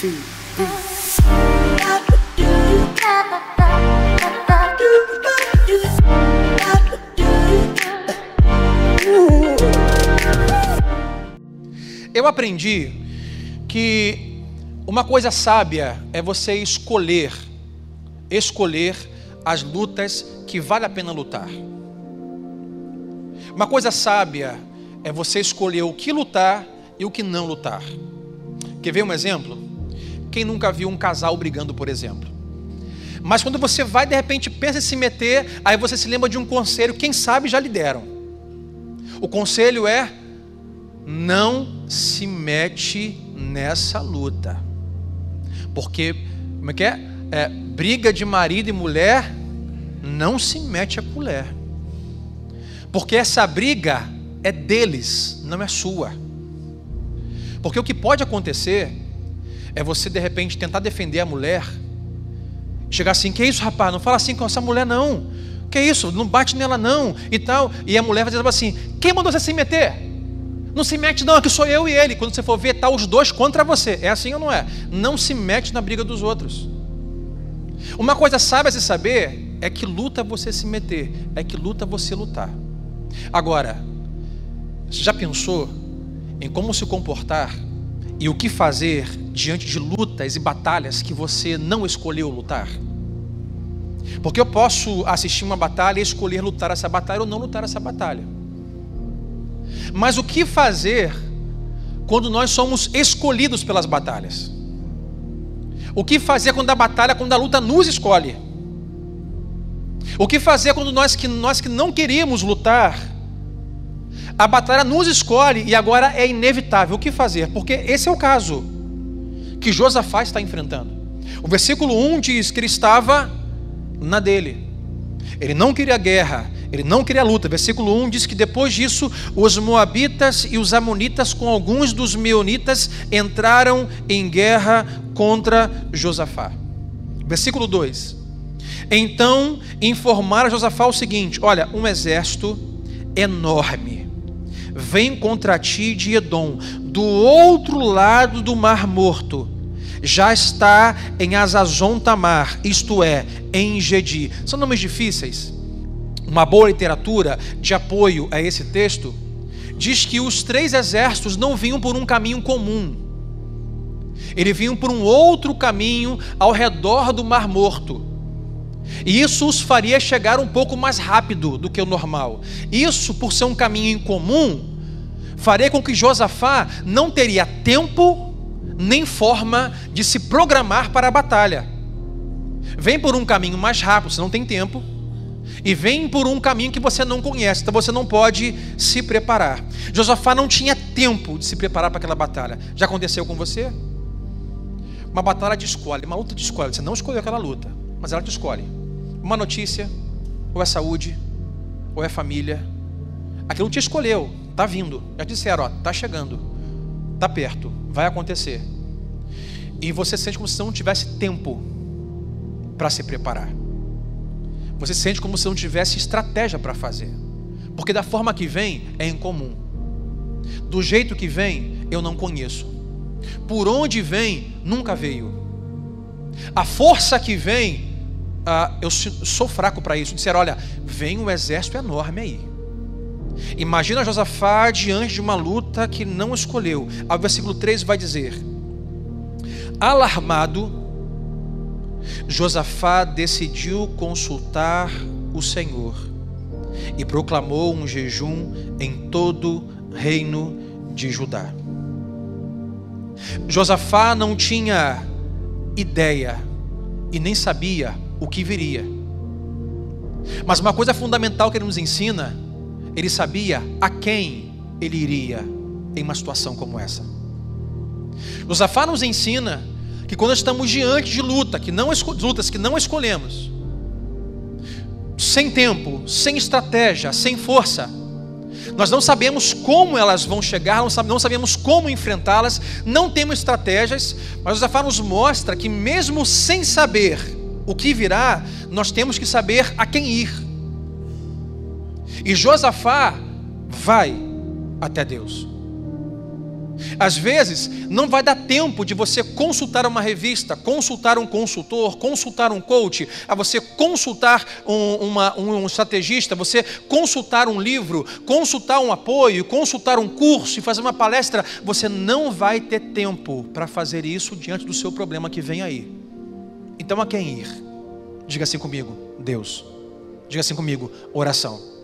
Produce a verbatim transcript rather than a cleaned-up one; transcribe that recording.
two, three. Eu aprendi que uma coisa sábia é você escolher, escolher as lutas que vale a pena lutar. Uma coisa sábia é você escolher o que lutar e o que não lutar. Quer ver um exemplo? Quem nunca viu um casal brigando, por exemplo? Mas quando você vai, de repente, pensa em se meter, aí você se lembra de um conselho, quem sabe já lhe deram. O conselho é: não se mete nessa luta. Porque, como é que é? É, briga de marido e mulher, não se mete a colher. Porque essa briga é deles, não é sua. Porque o que pode acontecer é você, de repente, tentar defender a mulher, chegar assim: que isso, rapaz, não fala assim com essa mulher não, que isso, não bate nela não, e tal. E a mulher vai dizer assim: quem mandou você se meter? Não se mete não, aqui sou eu e ele. Quando você for ver, tá os dois contra você. É assim ou não é? Não se mete na briga dos outros. Uma coisa sábia a se saber é que luta você se meter, é que luta você lutar. Agora, você já pensou em como se comportar e o que fazer diante de lutas e batalhas que você não escolheu lutar? Porque eu posso assistir uma batalha e escolher lutar essa batalha ou não lutar essa batalha. Mas o que fazer quando nós somos escolhidos pelas batalhas? O que fazer quando a batalha, quando a luta nos escolhe? O que fazer quando nós que, nós que não queríamos lutar, a batalha nos escolhe e agora é inevitável? O que fazer? Porque esse é o caso que Josafá está enfrentando. O versículo um diz que ele estava na dele. Ele não queria guerra, ele não queria luta. Versículo um diz que depois disso, os moabitas e os amonitas com alguns dos meunitas entraram em guerra contra Josafá. Versículo dois. Então informaram a Josafá o seguinte: olha, um exército enorme vem contra ti de Edom, do outro lado do Mar Morto, já está em Azazon Tamar, isto é, em Engedi. São nomes difíceis. Uma boa literatura de apoio a esse texto diz que os três exércitos não vinham por um caminho comum. Eles vinham por um outro caminho ao redor do Mar Morto. E isso os faria chegar um pouco mais rápido do que o normal. Isso, por ser um caminho incomum, faria com que Josafá não teria tempo nem forma de se programar para a batalha. Vem por um caminho mais rápido, você não tem tempo, e vem por um caminho que você não conhece, então você não pode se preparar. Josafá não tinha tempo de se preparar para aquela batalha. Já aconteceu com você? Uma batalha de escolha, uma luta de escolha. Você não escolheu aquela luta, mas ela te escolhe. Uma notícia, ou é saúde, ou é família. Aquilo te escolheu, está vindo. Já disseram, ó, está chegando, está perto, vai acontecer. E você sente como se não tivesse tempo para se preparar. Você sente como se não tivesse estratégia para fazer. Porque da forma que vem, é incomum. Do jeito que vem, eu não conheço. Por onde vem, nunca veio. A força que vem, ah, eu sou fraco para isso. Disseram, olha, vem um exército enorme aí. Imagina Josafá diante de uma luta que não escolheu. Ao versículo três vai dizer: alarmado, Josafá decidiu consultar o Senhor e proclamou um jejum em todo o reino de Judá. Josafá não tinha ideia e nem sabia o que viria. Mas uma coisa fundamental que ele nos ensina, ele sabia a quem ele iria em uma situação como essa. Josafá nos ensina que quando estamos diante de luta, que não, lutas que não escolhemos, sem tempo, sem estratégia, sem força, nós não sabemos como elas vão chegar, não sabemos como enfrentá-las, não temos estratégias, mas Josafá nos mostra que mesmo sem saber o que virá, nós temos que saber a quem ir. E Josafá vai até Deus. Às vezes, não vai dar tempo de você consultar uma revista, consultar um consultor, consultar um coach, a você consultar um, uma, um, um estrategista, você consultar um livro, consultar um apoio, consultar um curso e fazer uma palestra. Você não vai ter tempo para fazer isso diante do seu problema que vem aí. Então, a quem ir? Diga assim comigo, Deus. Diga assim comigo, oração.